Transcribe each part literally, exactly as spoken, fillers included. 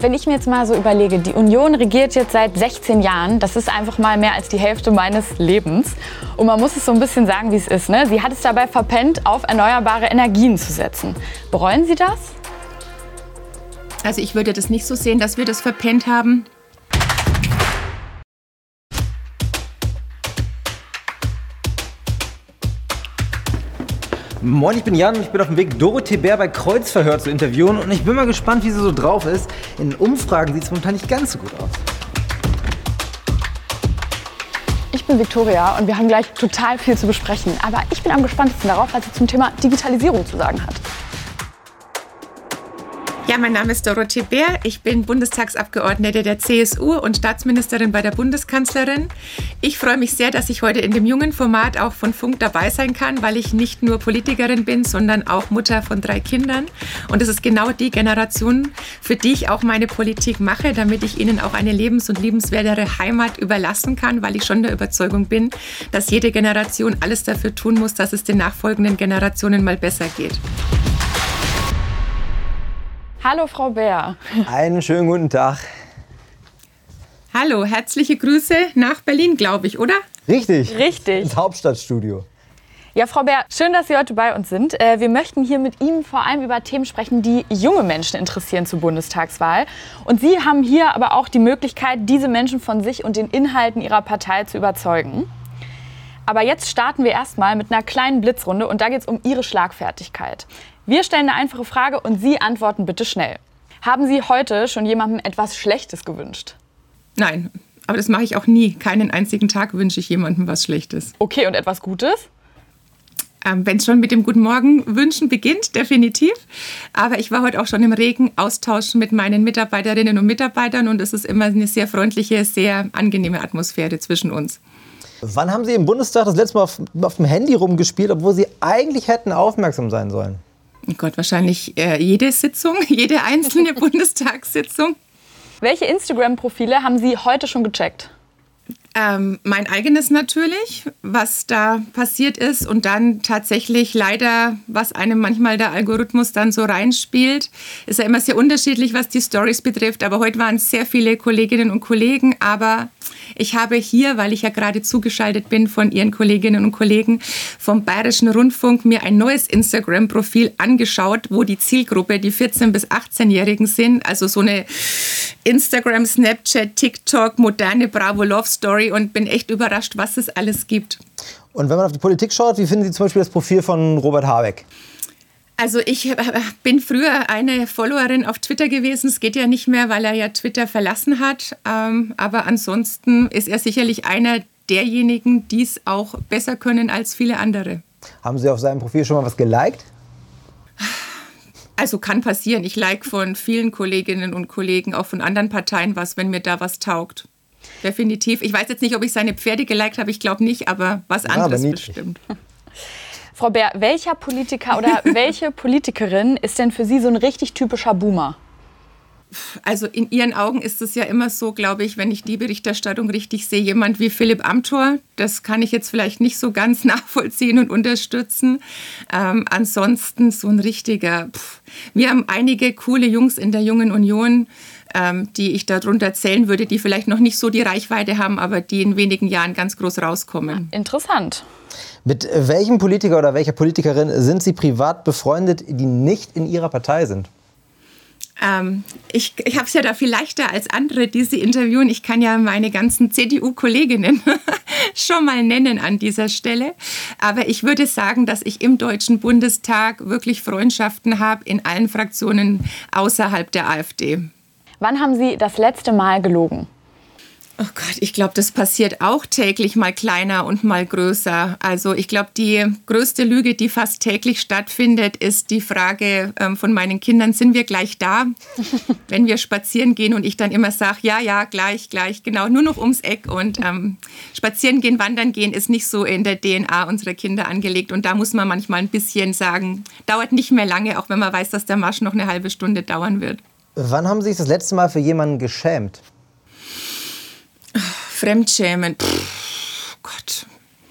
Wenn ich mir jetzt mal so überlege, die Union regiert jetzt seit sechzehn Jahren, das ist einfach mal mehr als die Hälfte meines Lebens. Und man muss es so ein bisschen sagen, wie es ist, ne? Sie hat es dabei verpennt, auf erneuerbare Energien zu setzen. Bereuen Sie das? Also ich würde das nicht so sehen, dass wir das verpennt haben. Moin, ich bin Jan und ich bin auf dem Weg, Dorothee Bär bei Kreuzverhör zu interviewen und ich bin mal gespannt, wie sie so drauf ist. In Umfragen sieht es momentan nicht ganz so gut aus. Ich bin Viktoria und wir haben gleich total viel zu besprechen. Aber ich bin am gespanntesten darauf, was sie zum Thema Digitalisierung zu sagen hat. Ja, mein Name ist Dorothee Bär. Ich bin Bundestagsabgeordnete der C S U und Staatsministerin bei der Bundeskanzlerin. Ich freue mich sehr, dass ich heute in dem jungen Format auch von Funk dabei sein kann, weil ich nicht nur Politikerin bin, sondern auch Mutter von drei Kindern. Und es ist genau die Generation, für die ich auch meine Politik mache, damit ich ihnen auch eine lebens- und liebenswertere Heimat überlassen kann, weil ich schon der Überzeugung bin, dass jede Generation alles dafür tun muss, dass es den nachfolgenden Generationen mal besser geht. Hallo, Frau Bär. Einen schönen guten Tag. Hallo, herzliche Grüße nach Berlin, glaube ich, oder? Richtig. Richtig. Ins Hauptstadtstudio. Ja, Frau Bär, schön, dass Sie heute bei uns sind. Wir möchten hier mit Ihnen vor allem über Themen sprechen, die junge Menschen interessieren zur Bundestagswahl. Und Sie haben hier aber auch die Möglichkeit, diese Menschen von sich und den Inhalten Ihrer Partei zu überzeugen. Aber jetzt starten wir erstmal mit einer kleinen Blitzrunde und da geht es um Ihre Schlagfertigkeit. Wir stellen eine einfache Frage und Sie antworten bitte schnell. Haben Sie heute schon jemandem etwas Schlechtes gewünscht? Nein, aber das mache ich auch nie. Keinen einzigen Tag wünsche ich jemandem was Schlechtes. Okay, und etwas Gutes? Ähm, wenn es schon mit dem Guten Morgen wünschen beginnt, definitiv. Aber ich war heute auch schon im regen Austausch mit meinen Mitarbeiterinnen und Mitarbeitern und es ist immer eine sehr freundliche, sehr angenehme Atmosphäre zwischen uns. Wann haben Sie im Bundestag das letzte Mal auf, auf dem Handy rumgespielt, obwohl Sie eigentlich hätten aufmerksam sein sollen? Oh Gott, wahrscheinlich äh, jede Sitzung, jede einzelne Bundestagssitzung. Welche Instagram-Profile haben Sie heute schon gecheckt? Ähm, mein eigenes natürlich, was da passiert ist und dann tatsächlich leider, was einem manchmal der Algorithmus dann so reinspielt. Ist ja immer sehr unterschiedlich, was die Stories betrifft, aber heute waren es sehr viele Kolleginnen und Kollegen, aber ich habe hier, weil ich ja gerade zugeschaltet bin von Ihren Kolleginnen und Kollegen vom Bayerischen Rundfunk, mir ein neues Instagram-Profil angeschaut, wo die Zielgruppe die vierzehn- bis achtzehnjährigen sind, also so eine Instagram, Snapchat, TikTok, moderne Bravo-Love-Story und bin echt überrascht, was es alles gibt. Und wenn man auf die Politik schaut, wie finden Sie zum Beispiel das Profil von Robert Habeck? Also ich bin früher eine Followerin auf Twitter gewesen. Es geht ja nicht mehr, weil er ja Twitter verlassen hat. Aber ansonsten ist er sicherlich einer derjenigen, die es auch besser können als viele andere. Haben Sie auf seinem Profil schon mal was geliked? Also kann passieren. Ich like von vielen Kolleginnen und Kollegen, auch von anderen Parteien was, wenn mir da was taugt. Definitiv. Ich weiß jetzt nicht, ob ich seine Pferde geliked habe. Ich glaube nicht, aber was anderes ja, bestimmt. Frau Bär, welcher Politiker oder welche Politikerin ist denn für Sie so ein richtig typischer Boomer? Also in Ihren Augen ist es ja immer so, glaube ich, wenn ich die Berichterstattung richtig sehe, jemand wie Philipp Amthor. Das kann ich jetzt vielleicht nicht so ganz nachvollziehen und unterstützen. Ähm, ansonsten so ein richtiger... Pff. Wir haben einige coole Jungs in der Jungen Union, ähm, die ich darunter zählen würde, die vielleicht noch nicht so die Reichweite haben, aber die in wenigen Jahren ganz groß rauskommen. Interessant. Mit welchem Politiker oder welcher Politikerin sind Sie privat befreundet, die nicht in Ihrer Partei sind? Ähm, ich ich habe es ja da viel leichter als andere, die Sie interviewen. Ich kann ja meine ganzen C D U-Kolleginnen schon mal nennen an dieser Stelle. Aber ich würde sagen, dass ich im Deutschen Bundestag wirklich Freundschaften habe in allen Fraktionen außerhalb der AfD. Wann haben Sie das letzte Mal gelogen? Oh Gott, ich glaube, das passiert auch täglich, mal kleiner und mal größer. Also ich glaube, die größte Lüge, die fast täglich stattfindet, ist die Frage ähm, von meinen Kindern, sind wir gleich da? Wenn wir spazieren gehen und ich dann immer sage, ja, ja, gleich, gleich, genau, nur noch ums Eck. Und ähm, spazieren gehen, wandern gehen ist nicht so in der D N A unserer Kinder angelegt. Und da muss man manchmal ein bisschen sagen, dauert nicht mehr lange, auch wenn man weiß, dass der Marsch noch eine halbe Stunde dauern wird. Wann haben Sie sich das letzte Mal für jemanden geschämt? Fremdschämen, Pff, Gott,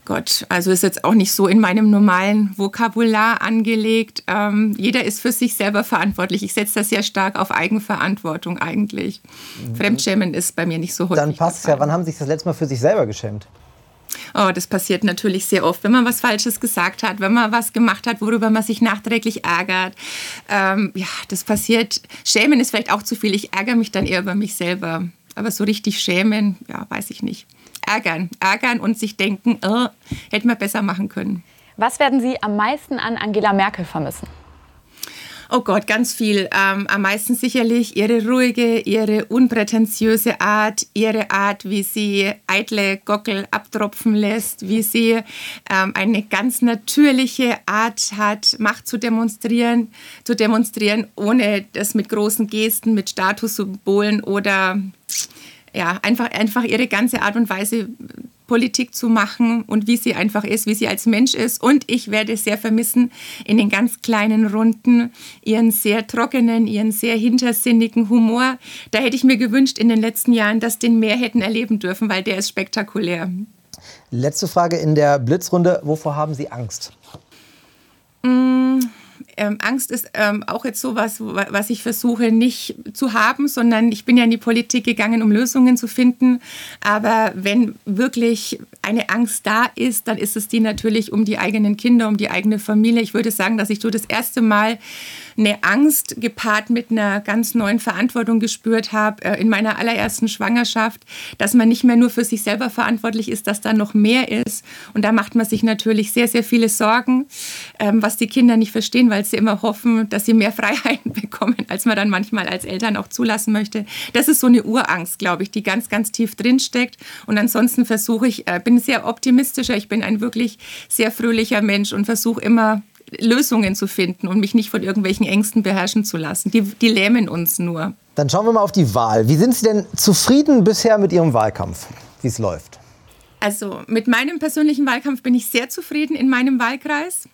Gott, also ist jetzt auch nicht so in meinem normalen Vokabular angelegt. Ähm, jeder ist für sich selber verantwortlich. Ich setze das sehr stark auf Eigenverantwortung eigentlich. Mhm. Fremdschämen ist bei mir nicht so häufig. Dann passt es ja. Wann haben Sie sich das letzte Mal für sich selber geschämt? Oh, das passiert natürlich sehr oft, wenn man was Falsches gesagt hat, wenn man was gemacht hat, worüber man sich nachträglich ärgert. Ähm, ja, das passiert. Schämen ist vielleicht auch zu viel. Ich ärgere mich dann eher über mich selber. Aber so richtig schämen, ja, weiß ich nicht. Ärgern, ärgern und sich denken, oh, hätten wir besser machen können. Was werden Sie am meisten an Angela Merkel vermissen? Oh Gott, ganz viel. Ähm, am meisten sicherlich ihre ruhige, ihre unprätentiöse Art, ihre Art, wie sie eitle Gockel abtropfen lässt, wie sie ähm, eine ganz natürliche Art hat, Macht zu demonstrieren, zu demonstrieren, ohne das mit großen Gesten, mit Statussymbolen oder ja, einfach, einfach ihre ganze Art und Weise, Politik zu machen und wie sie einfach ist, wie sie als Mensch ist. Und ich werde sehr vermissen in den ganz kleinen Runden ihren sehr trockenen, ihren sehr hintersinnigen Humor. Da hätte ich mir gewünscht in den letzten Jahren, dass den mehr hätten erleben dürfen, weil der ist spektakulär. Letzte Frage in der Blitzrunde. Wovor haben Sie Angst? Mmh. Ähm, Angst ist ähm, auch jetzt sowas, was ich versuche nicht zu haben, sondern ich bin ja in die Politik gegangen, um Lösungen zu finden. Aber wenn wirklich eine Angst da ist, dann ist es die natürlich um die eigenen Kinder, um die eigene Familie. Ich würde sagen, dass ich so das erste Mal eine Angst gepaart mit einer ganz neuen Verantwortung gespürt habe äh, in meiner allerersten Schwangerschaft, dass man nicht mehr nur für sich selber verantwortlich ist, dass da noch mehr ist. Und da macht man sich natürlich sehr, sehr viele Sorgen, ähm, was die Kinder nicht verstehen, weil sie immer hoffen, dass sie mehr Freiheiten bekommen, als man dann manchmal als Eltern auch zulassen möchte. Das ist so eine Urangst, glaube ich, die ganz, ganz tief drin steckt. Und ansonsten versuche ich, äh, bin sehr optimistischer, ich bin ein wirklich sehr fröhlicher Mensch und versuche immer Lösungen zu finden und mich nicht von irgendwelchen Ängsten beherrschen zu lassen. Die, die lähmen uns nur. Dann schauen wir mal auf die Wahl. Wie sind Sie denn zufrieden bisher mit Ihrem Wahlkampf, wie es läuft? Also mit meinem persönlichen Wahlkampf bin ich sehr zufrieden in meinem Wahlkreis.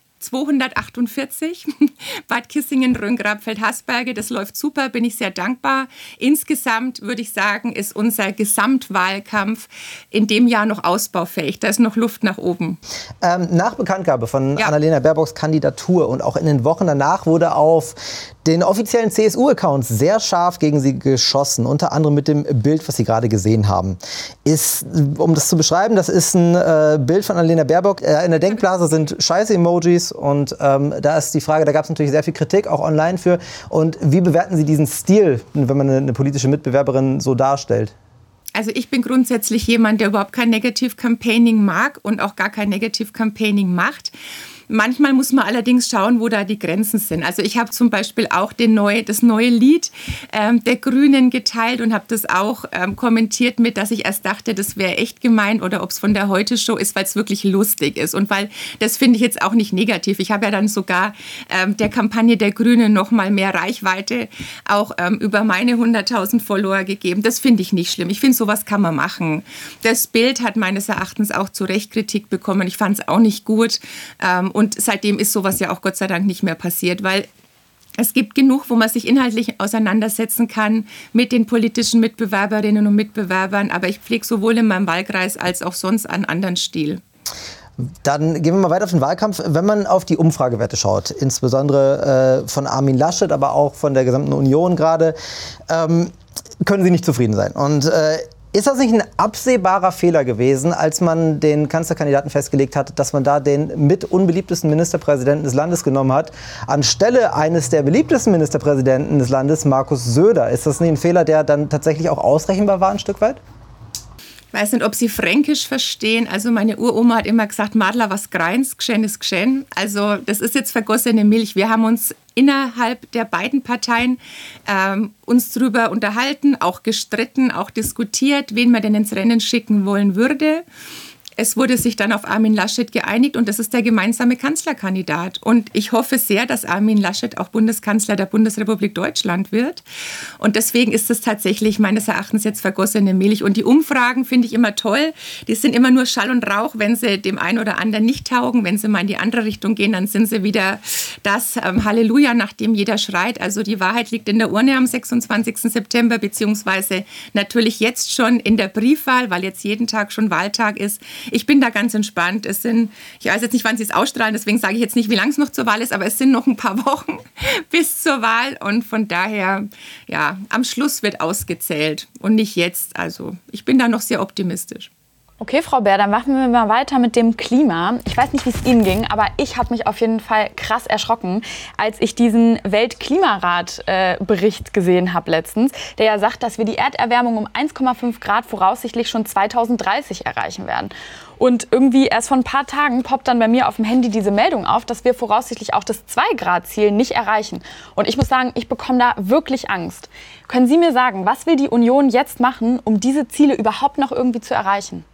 zweihundertachtundvierzig, Bad Kissingen, Rhön-Grabfeld-Hasberge, das läuft super, bin ich sehr dankbar. Insgesamt würde ich sagen, ist unser Gesamtwahlkampf in dem Jahr noch ausbaufähig, da ist noch Luft nach oben. Ähm, nach Bekanntgabe von ja. Annalena Baerbocks Kandidatur und auch in den Wochen danach wurde auf den offiziellen C S U-Accounts sehr scharf gegen sie geschossen, unter anderem mit dem Bild, was Sie gerade gesehen haben. Ist, um das zu beschreiben, das ist ein äh, Bild von Annalena Baerbock. Äh, in der Denkblase sind Scheiße-Emojis und ähm, da ist die Frage, da gab es natürlich sehr viel Kritik, auch online für. Und wie bewerten Sie diesen Stil, wenn man eine, eine politische Mitbewerberin so darstellt? Also ich bin grundsätzlich jemand, der überhaupt kein Negative-Campaigning mag und auch gar kein Negative-Campaigning macht. Manchmal muss man allerdings schauen, wo da die Grenzen sind. Also ich habe zum Beispiel auch den neue, das neue Lied ähm, der Grünen geteilt und habe das auch ähm, kommentiert mit, dass ich erst dachte, das wäre echt gemeint oder ob es von der Heute-Show ist, weil es wirklich lustig ist. Und weil, das finde ich jetzt auch nicht negativ. Ich habe ja dann sogar ähm, der Kampagne der Grünen noch mal mehr Reichweite auch ähm, über meine hunderttausend Follower gegeben. Das finde ich nicht schlimm. Ich finde, sowas kann man machen. Das Bild hat meines Erachtens auch zu Recht Kritik bekommen. Ich fand es auch nicht gut. Ähm, Und seitdem ist sowas ja auch Gott sei Dank nicht mehr passiert, weil es gibt genug, wo man sich inhaltlich auseinandersetzen kann mit den politischen Mitbewerberinnen und Mitbewerbern. Aber ich pflege sowohl in meinem Wahlkreis als auch sonst einen anderen Stil. Dann gehen wir mal weiter auf den Wahlkampf. Wenn man auf die Umfragewerte schaut, insbesondere äh, von Armin Laschet, aber auch von der gesamten Union gerade, ähm, können Sie nicht zufrieden sein. Und äh, ist das nicht ein absehbarer Fehler gewesen, als man den Kanzlerkandidaten festgelegt hat, dass man da den mit unbeliebtesten Ministerpräsidenten des Landes genommen hat, anstelle eines der beliebtesten Ministerpräsidenten des Landes, Markus Söder? Ist das nicht ein Fehler, der dann tatsächlich auch ausrechenbar war ein Stück weit? Ich weiß nicht, ob Sie Fränkisch verstehen. Also meine Uroma hat immer gesagt, Madler, was greins, gschen ist gschen. Also das ist jetzt vergossene Milch. Wir haben uns innerhalb der beiden Parteien ähm, uns darüber unterhalten, auch gestritten, auch diskutiert, wen man denn ins Rennen schicken wollen würde. Es wurde sich dann auf Armin Laschet geeinigt und das ist der gemeinsame Kanzlerkandidat. Und ich hoffe sehr, dass Armin Laschet auch Bundeskanzler der Bundesrepublik Deutschland wird. Und deswegen ist es tatsächlich meines Erachtens jetzt vergossene Milch. Und die Umfragen finde ich immer toll. Die sind immer nur Schall und Rauch, wenn sie dem einen oder anderen nicht taugen. Wenn sie mal in die andere Richtung gehen, dann sind sie wieder das ähm, Halleluja, nach dem jeder schreit. Also die Wahrheit liegt in der Urne am sechsundzwanzigsten September, beziehungsweise natürlich jetzt schon in der Briefwahl, weil jetzt jeden Tag schon Wahltag ist. ich bin da ganz entspannt. Es sind, ich weiß jetzt nicht, wann Sie es ausstrahlen, deswegen sage ich jetzt nicht, wie lange es noch zur Wahl ist, aber es sind noch ein paar Wochen bis zur Wahl und von daher, ja, am Schluss wird ausgezählt und nicht jetzt. Also ich bin da noch sehr optimistisch. Okay, Frau Baer, dann machen wir mal weiter mit dem Klima. Ich weiß nicht, wie es Ihnen ging, aber ich habe mich auf jeden Fall krass erschrocken, als ich diesen Weltklimarat-Bericht gesehen habe letztens, der ja sagt, dass wir die Erderwärmung um eins Komma fünf Grad voraussichtlich schon zweitausenddreißig erreichen werden. Und irgendwie erst vor ein paar Tagen poppt dann bei mir auf dem Handy diese Meldung auf, dass wir voraussichtlich auch das zwei Grad Ziel nicht erreichen. Und ich muss sagen, ich bekomme da wirklich Angst. Können Sie mir sagen, was will die Union jetzt machen, um diese Ziele überhaupt noch irgendwie zu erreichen?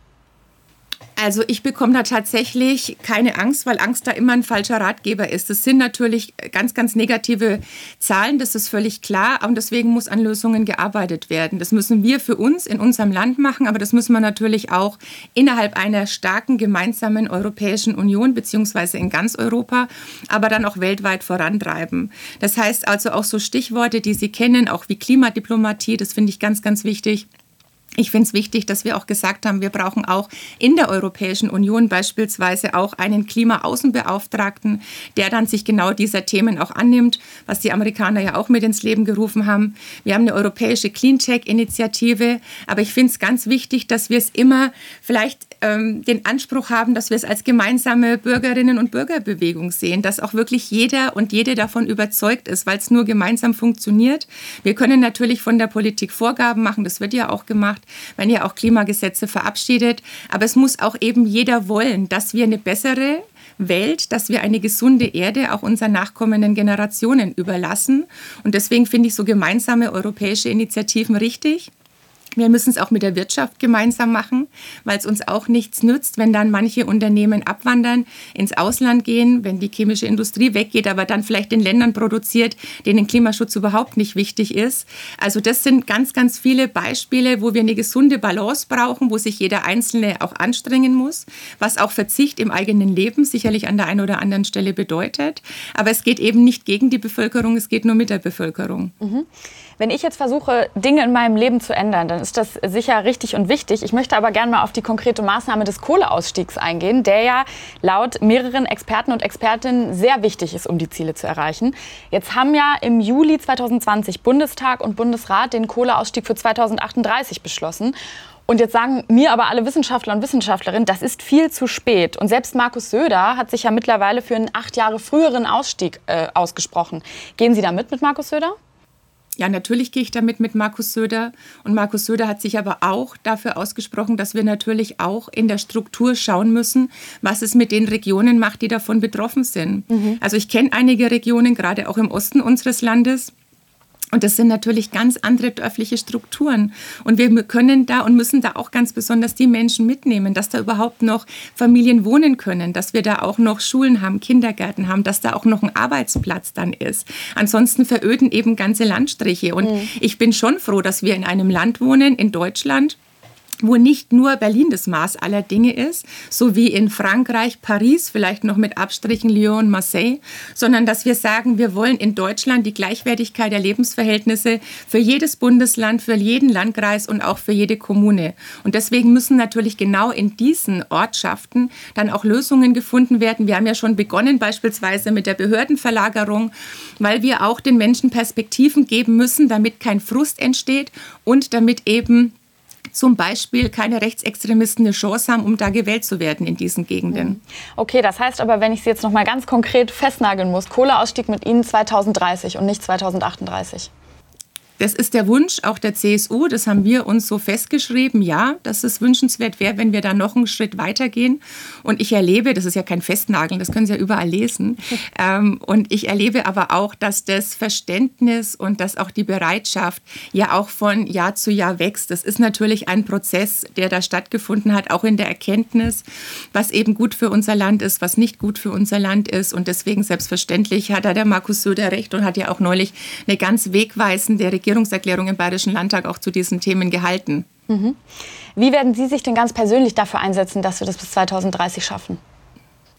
Also ich bekomme da tatsächlich keine Angst, weil Angst da immer ein falscher Ratgeber ist. Das sind natürlich ganz, ganz negative Zahlen, das ist völlig klar. Und deswegen muss an Lösungen gearbeitet werden. Das müssen wir für uns in unserem Land machen, aber das müssen wir natürlich auch innerhalb einer starken gemeinsamen Europäischen Union beziehungsweise in ganz Europa, aber dann auch weltweit vorantreiben. Das heißt also auch so Stichworte, die Sie kennen, auch wie Klimadiplomatie, das finde ich ganz, ganz wichtig. Ich finde es wichtig, dass wir auch gesagt haben, wir brauchen auch in der Europäischen Union beispielsweise auch einen Klimaaußenbeauftragten, der dann sich genau dieser Themen auch annimmt, was die Amerikaner ja auch mit ins Leben gerufen haben. Wir haben eine europäische Cleantech-Initiative, aber ich finde es ganz wichtig, dass wir es immer vielleicht ähm, den Anspruch haben, dass wir es als gemeinsame Bürgerinnen- und Bürgerbewegung sehen, dass auch wirklich jeder und jede davon überzeugt ist, weil es nur gemeinsam funktioniert. Wir können natürlich von der Politik Vorgaben machen, das wird ja auch gemacht, wenn ihr auch Klimagesetze verabschiedet. Aber es muss auch eben jeder wollen, dass wir eine bessere Welt, dass wir eine gesunde Erde auch unseren nachkommenden Generationen überlassen. Und deswegen finde ich so gemeinsame europäische Initiativen richtig. Wir müssen es auch mit der Wirtschaft gemeinsam machen, weil es uns auch nichts nützt, wenn dann manche Unternehmen abwandern, ins Ausland gehen, wenn die chemische Industrie weggeht, aber dann vielleicht in Ländern produziert, denen Klimaschutz überhaupt nicht wichtig ist. Also das sind ganz, ganz viele Beispiele, wo wir eine gesunde Balance brauchen, wo sich jeder Einzelne auch anstrengen muss, was auch Verzicht im eigenen Leben sicherlich an der einen oder anderen Stelle bedeutet. Aber es geht eben nicht gegen die Bevölkerung, es geht nur mit der Bevölkerung. Mhm. Wenn ich jetzt versuche, Dinge in meinem Leben zu ändern, dann ist das sicher richtig und wichtig. Ich möchte aber gerne mal auf die konkrete Maßnahme des Kohleausstiegs eingehen, der ja laut mehreren Experten und Expertinnen sehr wichtig ist, um die Ziele zu erreichen. Jetzt haben ja im Juli zweitausendzwanzig Bundestag und Bundesrat den Kohleausstieg für zweitausendachtunddreißig beschlossen. Und jetzt sagen mir aber alle Wissenschaftler und Wissenschaftlerinnen, das ist viel zu spät. Und selbst Markus Söder hat sich ja mittlerweile für einen acht Jahre früheren Ausstieg äh, ausgesprochen. Gehen Sie da mit mit Markus Söder? Ja, natürlich gehe ich damit mit Markus Söder. Und Markus Söder hat sich aber auch dafür ausgesprochen, dass wir natürlich auch in der Struktur schauen müssen, was es mit den Regionen macht, die davon betroffen sind. Mhm. Also ich kenne einige Regionen, gerade auch im Osten unseres Landes. Und das sind natürlich ganz andere dörfliche Strukturen. Und wir können da und müssen da auch ganz besonders die Menschen mitnehmen, dass da überhaupt noch Familien wohnen können, dass wir da auch noch Schulen haben, Kindergärten haben, dass da auch noch ein Arbeitsplatz dann ist. Ansonsten veröden eben ganze Landstriche. Und mhm. ich bin schon froh, dass wir in einem Land wohnen, in Deutschland, wo nicht nur Berlin das Maß aller Dinge ist, so wie in Frankreich, Paris, vielleicht noch mit Abstrichen Lyon, Marseille, sondern dass wir sagen, wir wollen in Deutschland die Gleichwertigkeit der Lebensverhältnisse für jedes Bundesland, für jeden Landkreis und auch für jede Kommune. Und deswegen müssen natürlich genau in diesen Ortschaften dann auch Lösungen gefunden werden. Wir haben ja schon begonnen beispielsweise mit der Behördenverlagerung, weil wir auch den Menschen Perspektiven geben müssen, damit kein Frust entsteht und damit eben zum Beispiel keine Rechtsextremisten eine Chance haben, um da gewählt zu werden in diesen Gegenden. Okay, das heißt aber, wenn ich Sie jetzt noch mal ganz konkret festnageln muss, Kohleausstieg mit Ihnen zweitausenddreißig und nicht zweitausendachtunddreißig. Das ist der Wunsch auch der C S U, das haben wir uns so festgeschrieben, ja, dass es wünschenswert wäre, wenn wir da noch einen Schritt weitergehen. Und ich erlebe, das ist ja kein Festnageln, das können Sie ja überall lesen, ähm, und ich erlebe aber auch, dass das Verständnis und dass auch die Bereitschaft ja auch von Jahr zu Jahr wächst. Das ist natürlich ein Prozess, der da stattgefunden hat, auch in der Erkenntnis, was eben gut für unser Land ist, was nicht gut für unser Land ist. Und deswegen selbstverständlich hat da der Markus Söder recht und hat ja auch neulich eine ganz wegweisende Regierung Regierungserklärung im Bayerischen Landtag auch zu diesen Themen gehalten. Mhm. Wie werden Sie sich denn ganz persönlich dafür einsetzen, dass wir das bis zweitausenddreißig schaffen?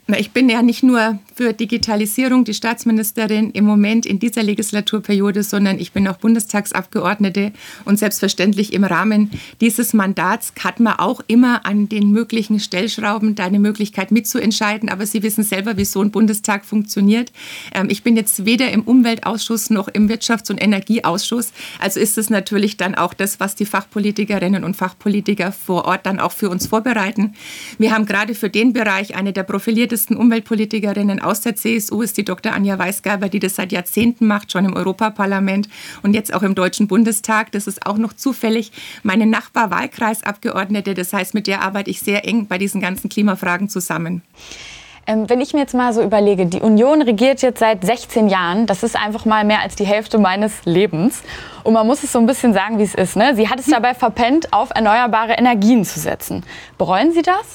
Na, ich bin ja nicht nur für Digitalisierung die Staatsministerin im Moment in dieser Legislaturperiode, sondern ich bin auch Bundestagsabgeordnete. Und selbstverständlich im Rahmen dieses Mandats hat man auch immer an den möglichen Stellschrauben da eine Möglichkeit mitzuentscheiden. Aber Sie wissen selber, wie so ein Bundestag funktioniert. Ähm, ich bin jetzt weder im Umweltausschuss noch im Wirtschafts- und Energieausschuss. Also ist es natürlich dann auch das, was die Fachpolitikerinnen und Fachpolitiker vor Ort dann auch für uns vorbereiten. Wir haben gerade für den Bereich eine der profiliertesten Umweltpolitikerinnen aus der C S U, ist die Doktor Anja Weisgerber, die das seit Jahrzehnten macht, schon im Europaparlament und jetzt auch im Deutschen Bundestag. Das ist auch noch zufällig meine Nachbarwahlkreisabgeordnete. Das heißt, mit der arbeite ich sehr eng bei diesen ganzen Klimafragen zusammen. Ähm, wenn ich mir jetzt mal so überlege, die Union regiert jetzt seit sechzehn Jahren. Das ist einfach mal mehr als die Hälfte meines Lebens. Und man muss es so ein bisschen sagen, wie es ist, ne? Sie hat es dabei verpennt, auf erneuerbare Energien zu setzen. Bereuen Sie das?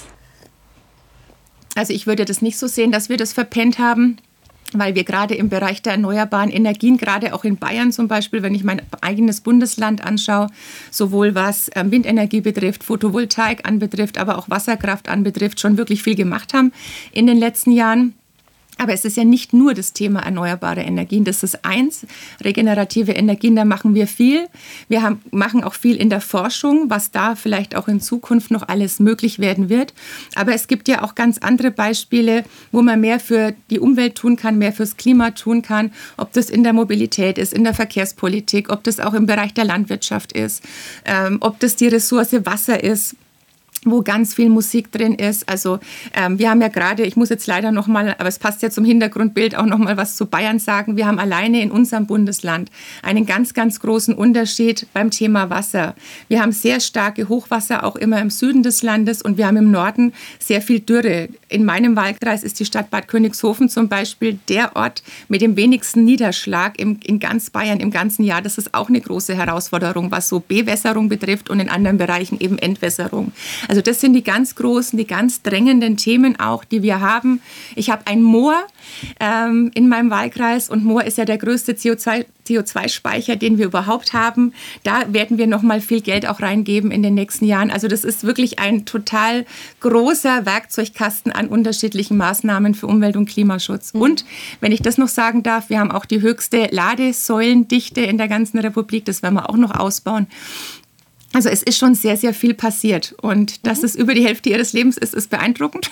Also ich würde das nicht so sehen, dass wir das verpennt haben, weil wir gerade im Bereich der erneuerbaren Energien, gerade auch in Bayern zum Beispiel, wenn ich mein eigenes Bundesland anschaue, sowohl was Windenergie betrifft, Photovoltaik anbetrifft, aber auch Wasserkraft anbetrifft, schon wirklich viel gemacht haben in den letzten Jahren. Aber es ist ja nicht nur das Thema erneuerbare Energien. Das ist eins. Regenerative Energien, da machen wir viel. Wir haben, machen auch viel in der Forschung, was da vielleicht auch in Zukunft noch alles möglich werden wird. Aber es gibt ja auch ganz andere Beispiele, wo man mehr für die Umwelt tun kann, mehr fürs Klima tun kann. Ob das in der Mobilität ist, in der Verkehrspolitik, ob das auch im Bereich der Landwirtschaft ist, ähm, ob das die Ressource Wasser ist, wo ganz viel Musik drin ist. Also ähm, wir haben ja gerade, ich muss jetzt leider noch mal, aber es passt ja zum Hintergrundbild, auch noch mal was zu Bayern sagen. Wir haben alleine in unserem Bundesland einen ganz, ganz großen Unterschied beim Thema Wasser. Wir haben sehr starke Hochwasser, auch immer im Süden des Landes, und wir haben im Norden sehr viel Dürre. In meinem Wahlkreis ist die Stadt Bad Königshofen zum Beispiel der Ort mit dem wenigsten Niederschlag im, in ganz Bayern im ganzen Jahr. Das ist auch eine große Herausforderung, was so Bewässerung betrifft und in anderen Bereichen eben Entwässerung. Also das sind die ganz großen, die ganz drängenden Themen auch, die wir haben. Ich habe ein Moor ähm, in meinem Wahlkreis, und Moor ist ja der größte C O zwei Speicher, den wir überhaupt haben. Da werden wir noch mal viel Geld auch reingeben in den nächsten Jahren. Also das ist wirklich ein total großer Werkzeugkasten an unterschiedlichen Maßnahmen für Umwelt- und Klimaschutz. Mhm. Und wenn ich das noch sagen darf, wir haben auch die höchste Ladesäulendichte in der ganzen Republik. Das werden wir auch noch ausbauen. Also es ist schon sehr, sehr viel passiert. Und dass mhm. es über die Hälfte ihres Lebens ist, ist beeindruckend.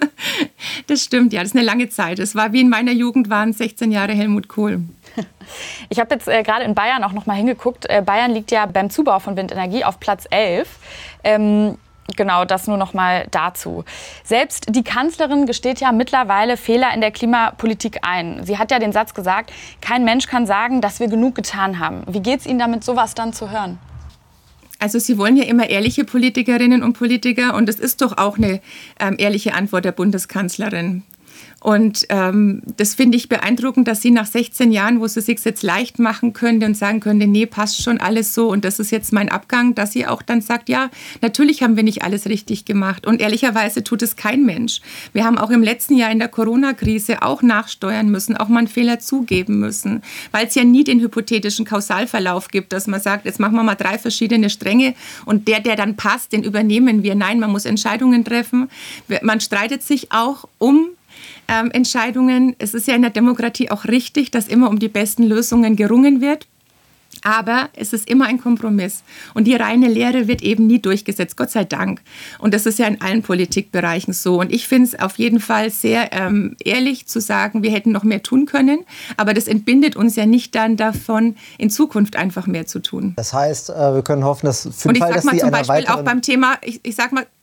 Das stimmt, ja, das ist eine lange Zeit. Es war wie in meiner Jugend, waren sechzehn Jahre Helmut Kohl. Ich habe jetzt äh, gerade in Bayern auch noch mal hingeguckt. Äh, Bayern liegt ja beim Zubau von Windenergie auf Platz elf. Ähm, genau, das nur noch mal dazu. Selbst die Kanzlerin gesteht ja mittlerweile Fehler in der Klimapolitik ein. Sie hat ja den Satz gesagt, kein Mensch kann sagen, dass wir genug getan haben. Wie geht es Ihnen damit, sowas dann zu hören? Also Sie wollen ja immer ehrliche Politikerinnen und Politiker, und das ist doch auch eine ähm, ehrliche Antwort der Bundeskanzlerin. Und ähm, das finde ich beeindruckend, dass sie nach sechzehn Jahren, wo sie es sich jetzt leicht machen könnte und sagen könnte, nee, passt schon alles so und das ist jetzt mein Abgang, dass sie auch dann sagt, ja, natürlich haben wir nicht alles richtig gemacht. Und ehrlicherweise tut es kein Mensch. Wir haben auch im letzten Jahr in der Corona-Krise auch nachsteuern müssen, auch mal einen Fehler zugeben müssen, weil es ja nie den hypothetischen Kausalverlauf gibt, dass man sagt, jetzt machen wir mal drei verschiedene Stränge und der, der dann passt, den übernehmen wir. Nein, man muss Entscheidungen treffen. Man streitet sich auch um Ähm, Entscheidungen. Es ist ja in der Demokratie auch richtig, dass immer um die besten Lösungen gerungen wird. Aber es ist immer ein Kompromiss. Und die reine Lehre wird eben nie durchgesetzt, Gott sei Dank. Und das ist ja in allen Politikbereichen so. Und ich finde es auf jeden Fall sehr ähm, ehrlich zu sagen, wir hätten noch mehr tun können. Aber das entbindet uns ja nicht dann davon, in Zukunft einfach mehr zu tun. Das heißt, äh, wir können hoffen, dass für den den Fall, dass Und ich Sie sag mal zum Beispiel auch beim Thema, ich, ich sag mal,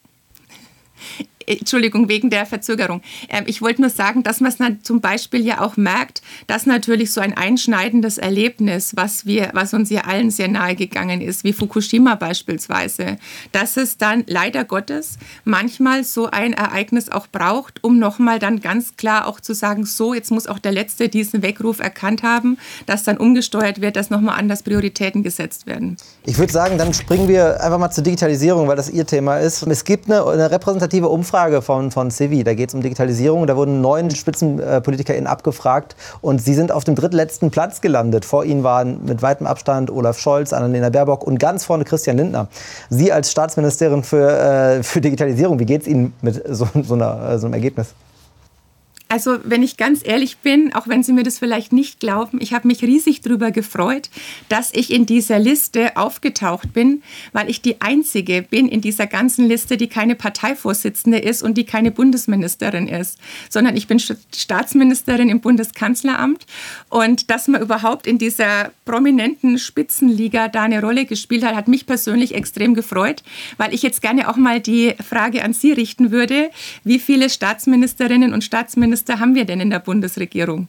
Entschuldigung, wegen der Verzögerung. Ich wollte nur sagen, dass man es zum Beispiel ja auch merkt, dass natürlich so ein einschneidendes Erlebnis, was, wir, was uns ja allen sehr nahe gegangen ist, wie Fukushima beispielsweise, dass es dann leider Gottes manchmal so ein Ereignis auch braucht, um nochmal dann ganz klar auch zu sagen, so, jetzt muss auch der Letzte diesen Weckruf erkannt haben, dass dann umgesteuert wird, dass nochmal anders Prioritäten gesetzt werden. Ich würde sagen, dann springen wir einfach mal zur Digitalisierung, weil das Ihr Thema ist. Es gibt eine, eine repräsentative Umfrage von, von C V I, da geht es um Digitalisierung. Da wurden neun SpitzenpolitikerInnen abgefragt und sie sind auf dem drittletzten Platz gelandet. Vor ihnen waren mit weitem Abstand Olaf Scholz, Annalena Baerbock und ganz vorne Christian Lindner. Sie als Staatsministerin für, äh, für Digitalisierung, wie geht es Ihnen mit so, so, einer, so einem Ergebnis? Also wenn ich ganz ehrlich bin, auch wenn Sie mir das vielleicht nicht glauben, ich habe mich riesig darüber gefreut, dass ich in dieser Liste aufgetaucht bin, weil ich die Einzige bin in dieser ganzen Liste, die keine Parteivorsitzende ist und die keine Bundesministerin ist, sondern ich bin Staatsministerin im Bundeskanzleramt. Und dass man überhaupt in dieser prominenten Spitzenliga da eine Rolle gespielt hat, hat mich persönlich extrem gefreut, weil ich jetzt gerne auch mal die Frage an Sie richten würde, wie viele Staatsministerinnen und Staatsminister haben wir denn in der Bundesregierung?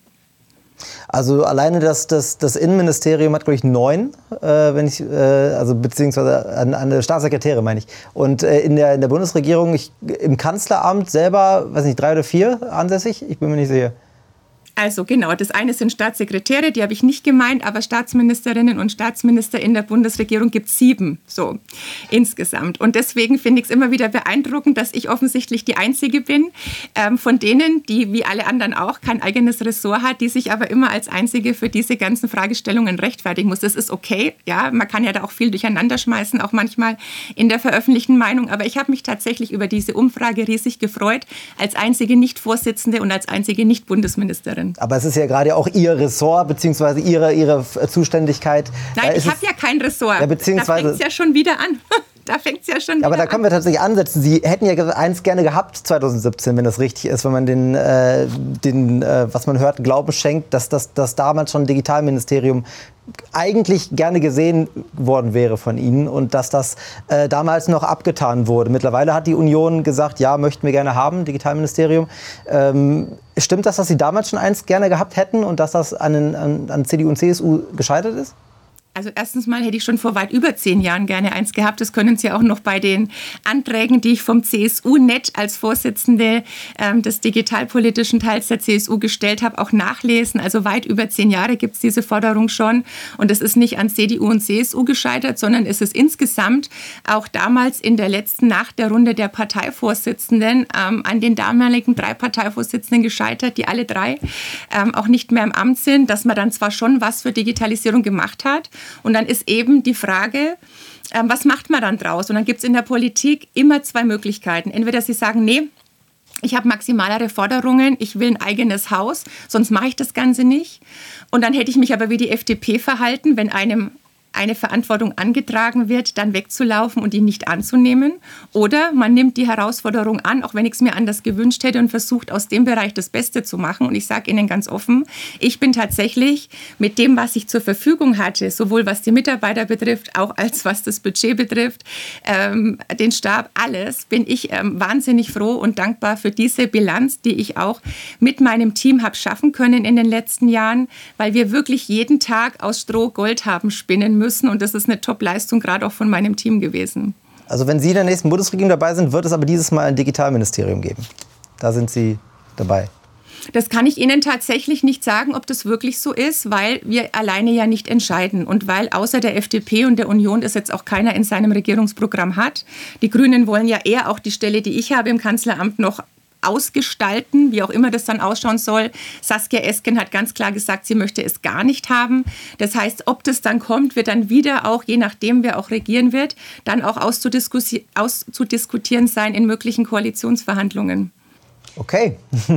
Also alleine das, das, das Innenministerium hat, glaube ich, neun, äh, wenn ich, äh, also beziehungsweise an, an Staatssekretäre, meine ich. Und äh, in, der, in der Bundesregierung, ich, im Kanzleramt selber, weiß nicht, drei oder vier ansässig? Ich bin mir nicht sicher. Also genau, das eine sind Staatssekretäre, die habe ich nicht gemeint, aber Staatsministerinnen und Staatsminister in der Bundesregierung gibt es sieben, so insgesamt. Und deswegen finde ich es immer wieder beeindruckend, dass ich offensichtlich die Einzige bin ähm, von denen, die wie alle anderen auch kein eigenes Ressort hat, die sich aber immer als Einzige für diese ganzen Fragestellungen rechtfertigen muss. Das ist okay, ja, man kann ja da auch viel durcheinander schmeißen, auch manchmal in der veröffentlichten Meinung, aber ich habe mich tatsächlich über diese Umfrage riesig gefreut, als einzige Nicht-Vorsitzende und als einzige Nicht-Bundesministerin. Aber es ist ja gerade auch Ihr Ressort, beziehungsweise Ihre, Ihre Zuständigkeit. Nein, ich habe ja kein Ressort. Ja, beziehungsweise, da fängt es ja schon wieder an. Da fängt es ja schon wieder aber da können wir an. tatsächlich ansetzen. Sie hätten ja eins gerne gehabt zwanzig siebzehn, wenn das richtig ist, wenn man den, äh, den äh, was man hört, Glauben schenkt, dass das dass damals schon Digitalministerium eigentlich gerne gesehen worden wäre von Ihnen und dass das äh, damals noch abgetan wurde. Mittlerweile hat die Union gesagt, ja, möchten wir gerne haben, Digitalministerium. Ähm, stimmt das, dass Sie damals schon eins gerne gehabt hätten und dass das an, an, an C D U und C S U gescheitert ist? Also erstens mal hätte ich schon vor weit über zehn Jahren gerne eins gehabt. Das können Sie auch noch bei den Anträgen, die ich vom C S U-Net als Vorsitzende ähm, des digitalpolitischen Teils der C S U gestellt habe, auch nachlesen. Also weit über zehn Jahre gibt es diese Forderung schon. Und es ist nicht an C D U und C S U gescheitert, sondern es ist insgesamt auch damals in der letzten Nacht der Runde der Parteivorsitzenden ähm, an den damaligen drei Parteivorsitzenden gescheitert, die alle drei ähm, auch nicht mehr im Amt sind, dass man dann zwar schon was für Digitalisierung gemacht hat, und dann ist eben die Frage, ähm, was macht man dann draus? Und dann gibt es in der Politik immer zwei Möglichkeiten. Entweder Sie sagen, nee, ich habe maximalere Forderungen, ich will ein eigenes Haus, sonst mache ich das Ganze nicht. Und dann hätte ich mich aber wie die F D P verhalten, wenn einem eine Verantwortung angetragen wird, dann wegzulaufen und ihn nicht anzunehmen. Oder man nimmt die Herausforderung an, auch wenn ich es mir anders gewünscht hätte und versucht, aus dem Bereich das Beste zu machen. Und ich sage Ihnen ganz offen, ich bin tatsächlich mit dem, was ich zur Verfügung hatte, sowohl was die Mitarbeiter betrifft, auch als was das Budget betrifft, ähm, den Stab, alles, bin ich ähm, wahnsinnig froh und dankbar für diese Bilanz, die ich auch mit meinem Team habe schaffen können in den letzten Jahren, weil wir wirklich jeden Tag aus Stroh Gold haben spinnen müssen und das ist eine Top-Leistung gerade auch von meinem Team gewesen. Also wenn Sie in der nächsten Bundesregierung dabei sind, wird es aber dieses Mal ein Digitalministerium geben. Da sind Sie dabei. Das kann ich Ihnen tatsächlich nicht sagen, ob das wirklich so ist, weil wir alleine ja nicht entscheiden und weil außer der F D P und der Union das jetzt auch keiner in seinem Regierungsprogramm hat. Die Grünen wollen ja eher auch die Stelle, die ich habe im Kanzleramt, noch ausgestalten, wie auch immer das dann ausschauen soll. Saskia Esken hat ganz klar gesagt, sie möchte es gar nicht haben. Das heißt, ob das dann kommt, wird dann wieder auch, je nachdem wer auch regieren wird, dann auch auszudiskuti- auszudiskutieren sein in möglichen Koalitionsverhandlungen. Okay.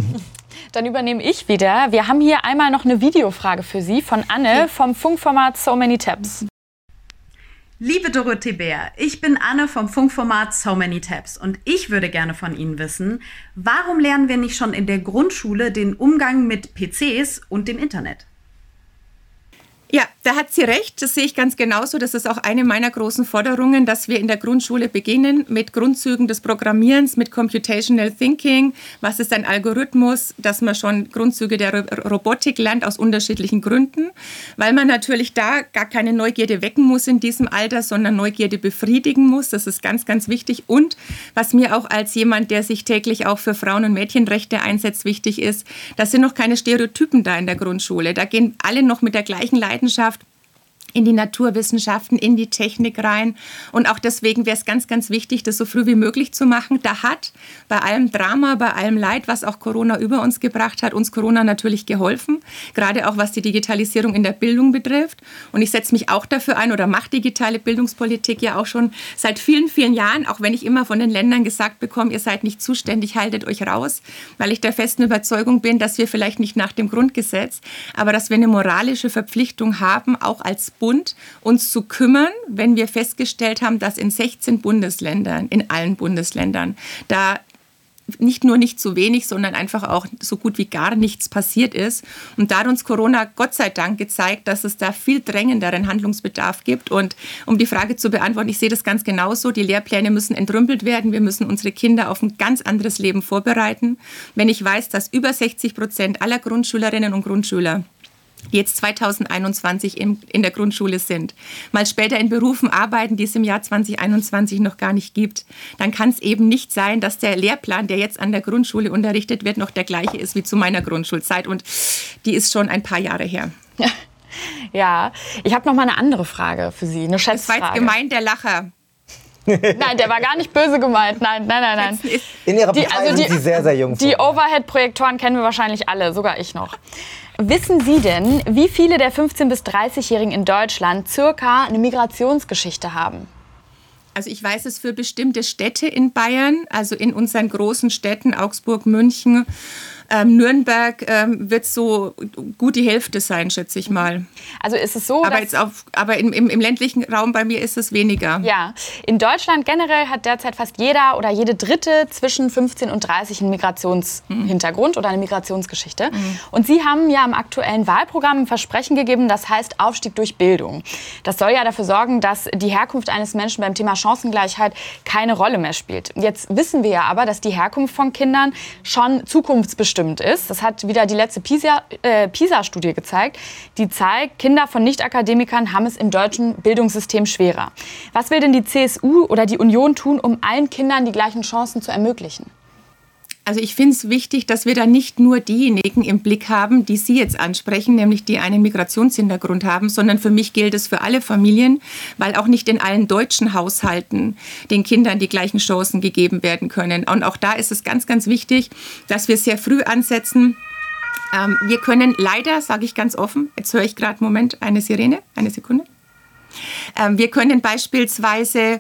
Dann übernehme ich wieder. Wir haben hier einmal noch eine Videofrage für Sie von Anne vom Funkformat So Many Tabs. Liebe Dorothee Bär, ich bin Anne vom Funkformat So Many Tabs und ich würde gerne von Ihnen wissen, warum lernen wir nicht schon in der Grundschule den Umgang mit P Cs und dem Internet? Ja, da hat sie recht. Das sehe ich ganz genauso. Das ist auch eine meiner großen Forderungen, dass wir in der Grundschule beginnen mit Grundzügen des Programmierens, mit Computational Thinking. Was ist ein Algorithmus? Dass man schon Grundzüge der Ro- Robotik lernt aus unterschiedlichen Gründen, weil man natürlich da gar keine Neugierde wecken muss in diesem Alter, sondern Neugierde befriedigen muss. Das ist ganz, ganz wichtig. Und was mir auch als jemand, der sich täglich auch für Frauen- und Mädchenrechte einsetzt, wichtig ist, da sind noch keine Stereotypen da in der Grundschule. Da gehen alle noch mit der gleichen Leidenschaft in die Naturwissenschaften, in die Technik rein. Und auch deswegen wäre es ganz, ganz wichtig, das so früh wie möglich zu machen. Da hat bei allem Drama, bei allem Leid, was auch Corona über uns gebracht hat, uns Corona natürlich geholfen. Gerade auch was die Digitalisierung in der Bildung betrifft. Und ich setze mich auch dafür ein oder mache digitale Bildungspolitik ja auch schon seit vielen, vielen Jahren. Auch wenn ich immer von den Ländern gesagt bekomme, ihr seid nicht zuständig, haltet euch raus. Weil ich der festen Überzeugung bin, dass wir vielleicht nicht nach dem Grundgesetz, aber dass wir eine moralische Verpflichtung haben, auch als Bund uns zu kümmern, wenn wir festgestellt haben, dass in sechzehn Bundesländern, in allen Bundesländern, da nicht nur nicht zu wenig, sondern einfach auch so gut wie gar nichts passiert ist. Und da hat uns Corona Gott sei Dank gezeigt, dass es da viel dringenderen Handlungsbedarf gibt. Und um die Frage zu beantworten, ich sehe das ganz genauso. Die Lehrpläne müssen entrümpelt werden. Wir müssen unsere Kinder auf ein ganz anderes Leben vorbereiten. Wenn ich weiß, dass über sechzig Prozent aller Grundschülerinnen und Grundschüler, die jetzt zweitausendeinundzwanzig in, in der Grundschule sind, mal später in Berufen arbeiten, die es im Jahr zweitausendeinundzwanzig noch gar nicht gibt, dann kann es eben nicht sein, dass der Lehrplan, der jetzt an der Grundschule unterrichtet wird, noch der gleiche ist wie zu meiner Grundschulzeit. Und die ist schon ein paar Jahre her. Ja, ja. Ich habe noch mal eine andere Frage für Sie, eine Schätzfrage. Das war jetzt gemein, der Lacher. Nein, der war gar nicht böse gemeint. Nein, nein, nein, nein. In Ihrer Partei die, also sind die, Sie sehr, sehr jung. Die Overhead-Projektoren kennen wir wahrscheinlich alle, sogar ich noch. Wissen Sie denn, wie viele der fünfzehn- bis dreißigjährigen in Deutschland circa eine Migrationsgeschichte haben? Also ich weiß es für bestimmte Städte in Bayern, also in unseren großen Städten, Augsburg, München, ähm, Nürnberg, ähm, wird so gut die Hälfte sein, schätze ich mal. Also ist es so, aber dass jetzt auf, aber im, im, im ländlichen Raum bei mir ist es weniger. Ja, in Deutschland generell hat derzeit fast jeder oder jede Dritte zwischen fünfzehn und dreißig einen Migrationshintergrund mhm. oder eine Migrationsgeschichte. Mhm. Und Sie haben ja im aktuellen Wahlprogramm ein Versprechen gegeben, das heißt Aufstieg durch Bildung. Das soll ja dafür sorgen, dass die Herkunft eines Menschen beim Thema Chancengleichheit keine Rolle mehr spielt. Jetzt wissen wir ja aber, dass die Herkunft von Kindern schon zukunftsbestimmt ist. Das hat wieder die letzte PISA, äh, PISA-Studie gezeigt. Die zeigt, Kinder von Nicht-Akademikern haben es im deutschen Bildungssystem schwerer. Was will denn die C S U oder die Union tun, um allen Kindern die gleichen Chancen zu ermöglichen? Also ich finde es wichtig, dass wir da nicht nur diejenigen im Blick haben, die Sie jetzt ansprechen, nämlich die einen Migrationshintergrund haben, sondern für mich gilt es für alle Familien, weil auch nicht in allen deutschen Haushalten den Kindern die gleichen Chancen gegeben werden können. Und auch da ist es ganz, ganz wichtig, dass wir sehr früh ansetzen. Ähm, wir können leider, sage ich ganz offen, jetzt höre ich gerade, Moment, eine Sirene, eine Sekunde. Ähm, wir können beispielsweise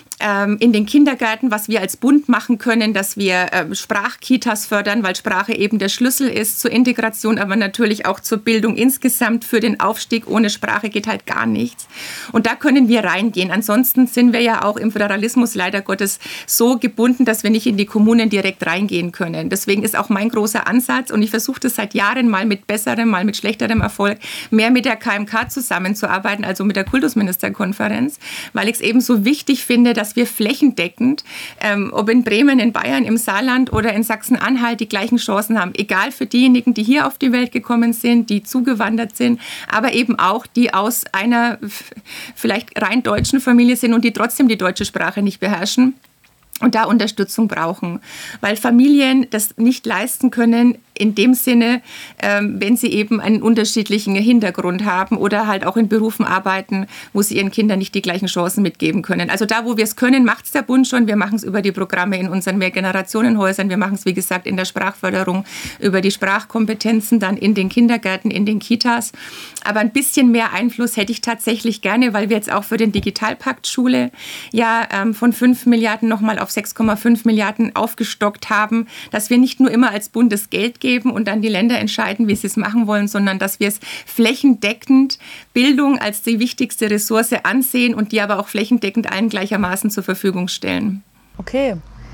in den Kindergärten, was wir als Bund machen können, dass wir äh, Sprachkitas fördern, weil Sprache eben der Schlüssel ist zur Integration, aber natürlich auch zur Bildung insgesamt. Für den Aufstieg ohne Sprache geht halt gar nichts. Und da können wir reingehen. Ansonsten sind wir ja auch im Föderalismus leider Gottes so gebunden, dass wir nicht in die Kommunen direkt reingehen können. Deswegen ist auch mein großer Ansatz, und ich versuche das seit Jahren mal mit besserem, mal mit schlechterem Erfolg, mehr mit der K M K zusammenzuarbeiten, also mit der Kultusministerkonferenz, weil ich es eben so wichtig finde, dass dass wir flächendeckend, ähm, ob in Bremen, in Bayern, im Saarland oder in Sachsen-Anhalt, die gleichen Chancen haben. Egal für diejenigen, die hier auf die Welt gekommen sind, die zugewandert sind, aber eben auch die aus einer vielleicht rein deutschen Familie sind und die trotzdem die deutsche Sprache nicht beherrschen und da Unterstützung brauchen. Weil Familien das nicht leisten können, in dem Sinne, ähm, wenn sie eben einen unterschiedlichen Hintergrund haben oder halt auch in Berufen arbeiten, wo sie ihren Kindern nicht die gleichen Chancen mitgeben können. Also da, wo wir es können, macht es der Bund schon. Wir machen es über die Programme in unseren Mehrgenerationenhäusern. Wir machen es, wie gesagt, in der Sprachförderung, über die Sprachkompetenzen, dann in den Kindergärten, in den Kitas. Aber ein bisschen mehr Einfluss hätte ich tatsächlich gerne, weil wir jetzt auch für den Digitalpakt Schule ja ähm, von fünf Milliarden nochmal auf sechs Komma fünf Milliarden aufgestockt haben, dass wir nicht nur immer als Bund das Geld geben, geben und dann die Länder entscheiden, wie sie es machen wollen, sondern dass wir es flächendeckend Bildung als die wichtigste Ressource ansehen und die aber auch flächendeckend allen gleichermaßen zur Verfügung stellen. Okay.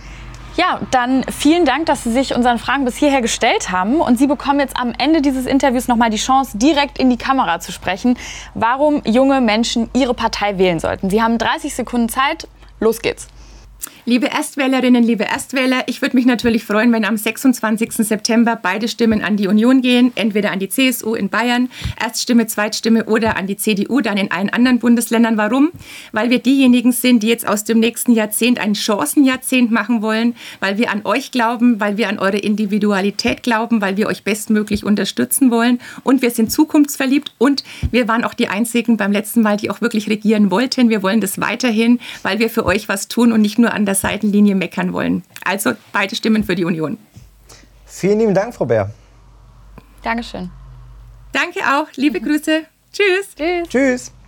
Ja, dann vielen Dank, dass Sie sich unseren Fragen bis hierher gestellt haben. Und Sie bekommen jetzt am Ende dieses Interviews nochmal die Chance, direkt in die Kamera zu sprechen, warum junge Menschen ihre Partei wählen sollten. Sie haben dreißig Sekunden Zeit. Los geht's. Liebe Erstwählerinnen, liebe Erstwähler, ich würde mich natürlich freuen, wenn am sechsundzwanzigsten September beide Stimmen an die Union gehen, entweder an die C S U in Bayern, Erststimme, Zweitstimme oder an die C D U, dann in allen anderen Bundesländern. Warum? Weil wir diejenigen sind, die jetzt aus dem nächsten Jahrzehnt ein Chancenjahrzehnt machen wollen, weil wir an euch glauben, weil wir an eure Individualität glauben, weil wir euch bestmöglich unterstützen wollen und wir sind zukunftsverliebt und wir waren auch die Einzigen beim letzten Mal, die auch wirklich regieren wollten. Wir wollen das weiterhin, weil wir für euch was tun und nicht nur an der Seitenlinie meckern wollen. Also beide Stimmen für die Union. Vielen lieben Dank, Frau Beer. Dankeschön. Danke auch. Liebe Grüße. Tschüss. Tschüss. Tschüss.